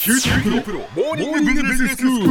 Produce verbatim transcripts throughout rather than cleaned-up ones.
キューティープロモーニングビジネススクール。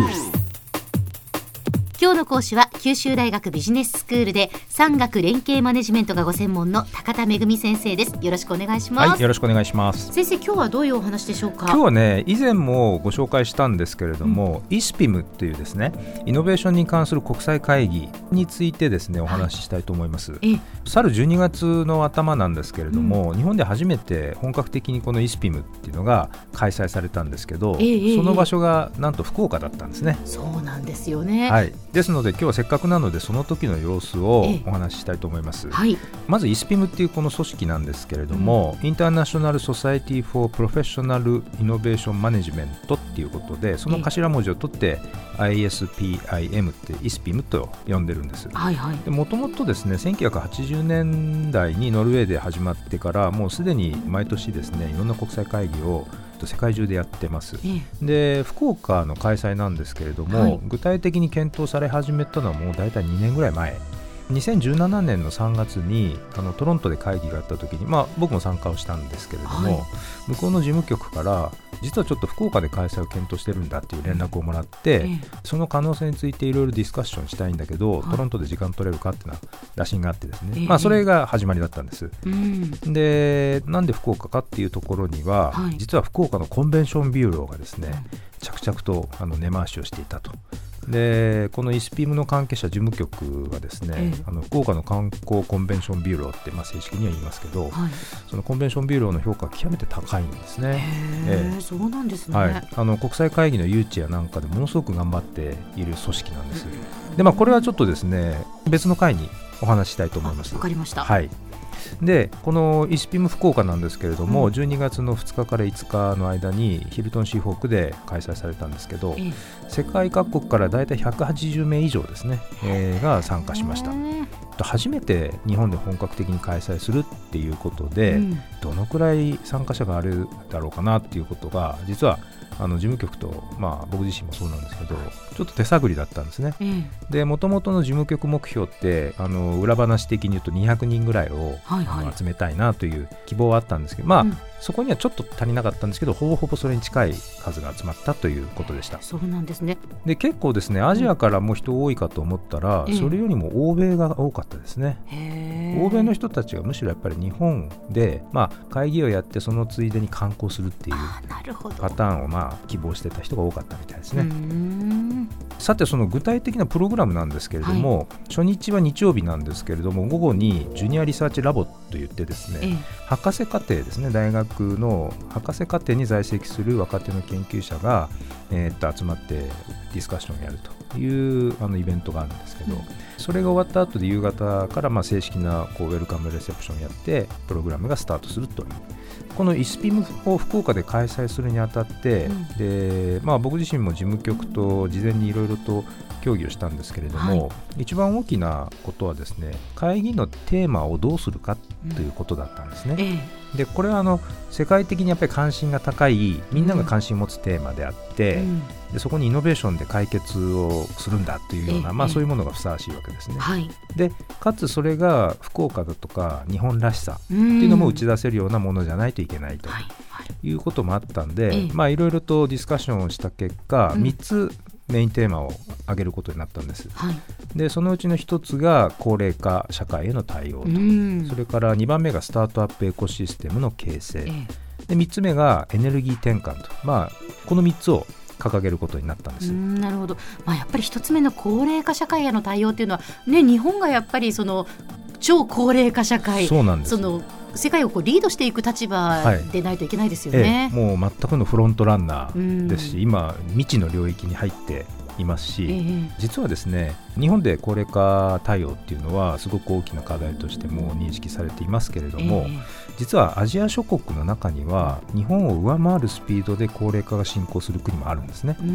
今日の講師は九州大学ビジネススクールで産学連携マネジメントがご専門の高田恵先生です。よろしくお願いします。 はい、よろしくお願いします。 先生、今日はどういうお話でしょうか。 今日はね、以前もご紹介したんですけれども、うん、イスピム っていうですね、イノベーションに関する国際会議についてですねお話ししたいと思います、はい、去るじゅうにがつの頭なんですけれども、うん、日本で初めて本格的にこのイスピムっていうのが開催されたんですけど、ええ、その場所がなんと福岡だったんですね。 そうなんですよね、 はい、ですので今日はせっかくなのでその時の様子をお話ししたいと思います、ええ、はい、まずイスピムっていうこの組織なんですけれども、うん、インターナショナルソサエティフォープロフェッショナルイノベーションマネジメントっていうことで、その頭文字を取って アイエスピーアイエム ってイスピムと呼んでるんです。もともとですね、せんきゅうひゃくはちじゅうねんだいにノルウェーで始まってからもうすでに毎年ですねいろんな国際会議を世界中でやってます、ええ、で福岡の開催なんですけれども、はい、具体的に検討され始めたのはもう大体にねんぐらい前、にせんじゅうななねんのさんがつにあのトロントで会議があった時に、まあ、僕も参加をしたんですけれども、はい、向こうの事務局から実はちょっと福岡で開催を検討してるんだっていう連絡をもらって、ええ、その可能性についていろいろディスカッションしたいんだけど、はい、トロントで時間取れるかっていうのは打診があってですね、え、まあ、それが始まりだったんです、うん、でなんで福岡かっていうところには、はい、実は福岡のコンベンションビューローがですね、着々とあの根回しをしていたと。でこのイスピムの関係者事務局はですね、ええ、あの福岡の観光コンベンションビューローって、まあ、正式には言いますけど、はい、そのコンベンションビューローの評価が極めて高いんですね。 へー、ええ、そうなんですね、 はい、あの国際会議の誘致やなんかでものすごく頑張っている組織なんです、うん、で、まあ、これはちょっとですね別の回にお話ししたいと思います。 わかりました、 はい。でこのイスピム福岡なんですけれども、うん、じゅうにがつのふつかからいつかの間にヒルトンシーホークで開催されたんですけど、ええ、世界各国からだいたいひゃくはちじゅうめい以上ですね、えー、が参加しました。初めて日本で本格的に開催するっていうことで、うん、どのくらい参加者があるだろうかなっていうことが実はあの事務局と、まあ、僕自身もそうなんですけどちょっと手探りだったんですね、うん、で元々の事務局目標ってあの裏話的に言うとにひゃくにんぐらいを、はいはい、集めたいなという希望はあったんですけど、まあ、うん、そこにはちょっと足りなかったんですけどほぼほぼそれに近い数が集まったということでした。 そうなんですね。 で結構ですねアジアからも人多いかと思ったら、うん、それよりも欧米が多かったですね。へー、欧米の人たちがむしろやっぱり日本で、まあ、会議をやってそのついでに観光するっていうパターンを、まあ、希望してた人が多かったみたいですね。うーん、さてその具体的なプログラムなんですけれども、はい、初日は日曜日なんですけれども午後にジュニアリサーチラボといってですね、ええ、博士課程ですね、大学の博士課程に在籍する若手の研究者が、えー、っと集まってディスカッションをやるというあのイベントがあるんですけど、うん、それが終わった後で夕方からまあ正式なこうウェルカムレセプションをやってプログラムがスタートするという、このイスピムを福岡で開催するにあたって、うん、でまあ、僕自身も事務局と事前にいろいろと協議をしたんですけれども、はい、一番大きなことはですね会議のテーマをどうするかということだったんですね、うん、ええ、でこれはあの世界的にやっぱり関心が高いみんなが関心を持つテーマであって、うん、でそこにイノベーションで解決をするんだというような、ええ、まあ、そういうものがふさわしいわけですね、はい、でかつそれが福岡だとか日本らしさっていうのも打ち出せるようなものじゃないといけないということもあったんで、はいはい、いろいろとディスカッションをした結果、うん、みっつメインテーマを挙げることになったんです、はい、でそのうちのひとつが高齢化社会への対応と、うん、それからにばんめがスタートアップエコシステムの形成、ええ、でみっつめがエネルギー転換と、まあ、このみっつを掲げることになったんです。 うん、なるほど、まあ、やっぱりひとつめの高齢化社会への対応というのは、ね、日本がやっぱりその超高齢化社会、 そうなんです。 その世界をこうリードしていく立場でないといけないですよね、はい、 ええ、もう全くのフロントランナーですし、今未知の領域に入っていますし、ええ、実はですね日本で高齢化対応っていうのはすごく大きな課題としても認識されていますけれども、ええ、実はアジア諸国の中には日本を上回るスピードで高齢化が進行する国もあるんですね。うん、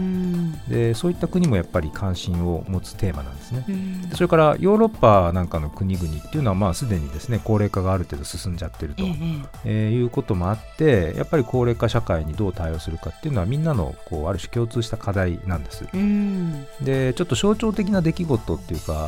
でそういった国もやっぱり関心を持つテーマなんですね。うん、それからヨーロッパなんかの国々っていうのはまあすでにですね高齢化がある程度進んじゃってると、えええー、いうこともあってやっぱり高齢化社会にどう対応するかっていうのはみんなのこうある種共通した課題なんです。うん、でちょっと象徴的な出来事っていうか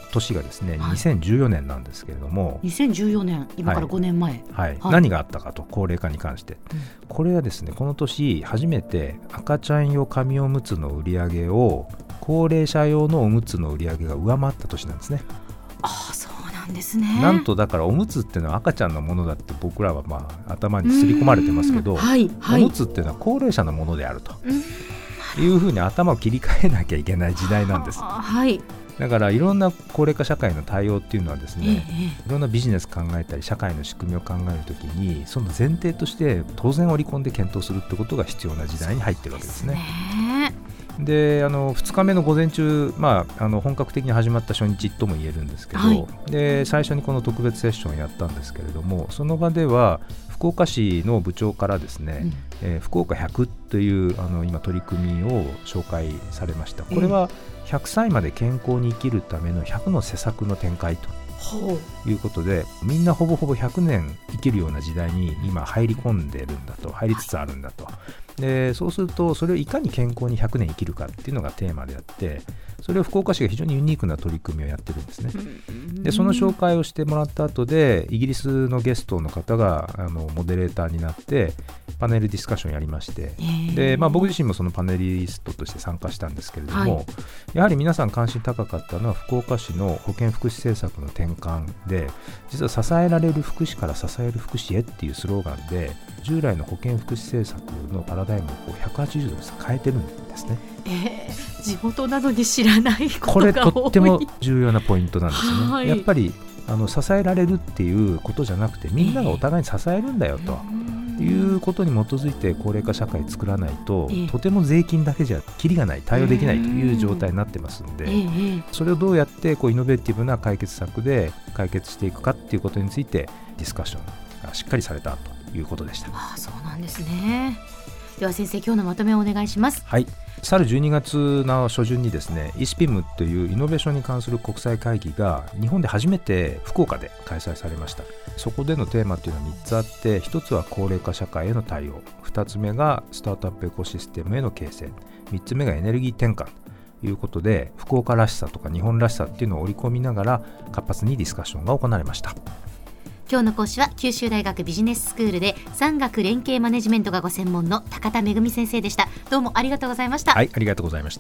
年がですね、はい、にせんじゅうよねんなんですけれども、 にせんじゅうよねん、今からごねんまえ、 はいはいはい、何があったかと、高齢化に関して、うん、これはですね、この年初めて赤ちゃん用紙おむつの売り上げを高齢者用のおむつの売り上げが上回った年なんですね。 ああ、そうなんですね。 なんとだからおむつっていうのは赤ちゃんのものだって僕らはまあ頭に刷り込まれてますけど、はいはい、おむつっていうのは高齢者のものであるというふうに頭を切り替えなきゃいけない時代なんです。はい、だからいろんな高齢化社会の対応っていうのはですね、ええ、いろんなビジネス考えたり社会の仕組みを考えるときにその前提として当然織り込んで検討するってことが必要な時代に入ってるわけですね。そうですね。であのふつかめの午前中、まあ、あの本格的に始まった初日とも言えるんですけど、はい、で最初にこの特別セッションをやったんですけれども、その場では福岡市の部長からですね、うんえー、福岡ひゃくというあの今取り組みを紹介されました。これはひゃくさいまで健康に生きるためのひゃくの施策の展開ということで、みんなほぼほぼひゃくねん生きるような時代に今入り込んでるんだと、入りつつあるんだと。でそうするとそれをいかに健康にひゃくねん生きるかっていうのがテーマであって、それを福岡市が非常にユニークな取り組みをやってるんですね。でその紹介をしてもらった後でイギリスのゲストの方があのモデレーターになってパネルディスカッションやりまして、で、まあ、僕自身もそのパネリストとして参加したんですけれども、はい、やはり皆さん関心高かったのは福岡市の保健福祉政策の転換で、実は支えられる福祉から支える福祉へっていうスローガンで従来の保健福祉政策のパラダイムをひゃくはちじゅうど変えてるんですね。 えー、地元などに知らないことが多い。 これとっても重要なポイントなんですね、はい、やっぱりあの支えられるっていうことじゃなくて、みんながお互いに支えるんだよと、えー、いうことに基づいて高齢化社会作らないと、えー、とても税金だけじゃキリがない、対応できないという状態になってますので、えー、それをどうやってこうイノベーティブな解決策で解決していくかっていうことについてディスカッションがしっかりされたということでした。 ああ、そうなんですね。では先生、今日のまとめをお願いします。 はい、去るじゅうにがつの初旬にですね、イーシピム というイノベーションに関する国際会議が日本で初めて福岡で開催されました。そこでのテーマというのはみっつあって、ひとつは高齢化社会への対応、ふたつめがスタートアップエコシステムへの形成、みっつめがエネルギー転換ということで、福岡らしさとか日本らしさっていうのを織り込みながら活発にディスカッションが行われました。 今日の講師は九州大学ビジネススクールで産学連携マネジメントがご専門の高田恵先生でした。どうもありがとうございました。 はい、ありがとうございました。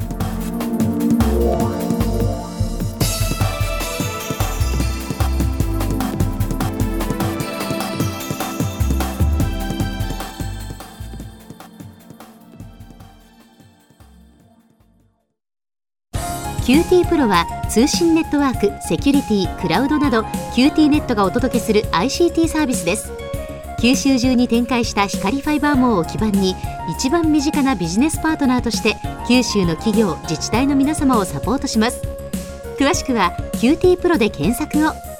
キューティー プロは通信ネットワーク、セキュリティ、クラウドなど キューティー ネットがお届けする アイシーティー サービスです。九州中に展開した光ファイバー網を基盤に一番身近なビジネスパートナーとして九州の企業、自治体の皆様をサポートします。詳しくは キューティー プロで検索を。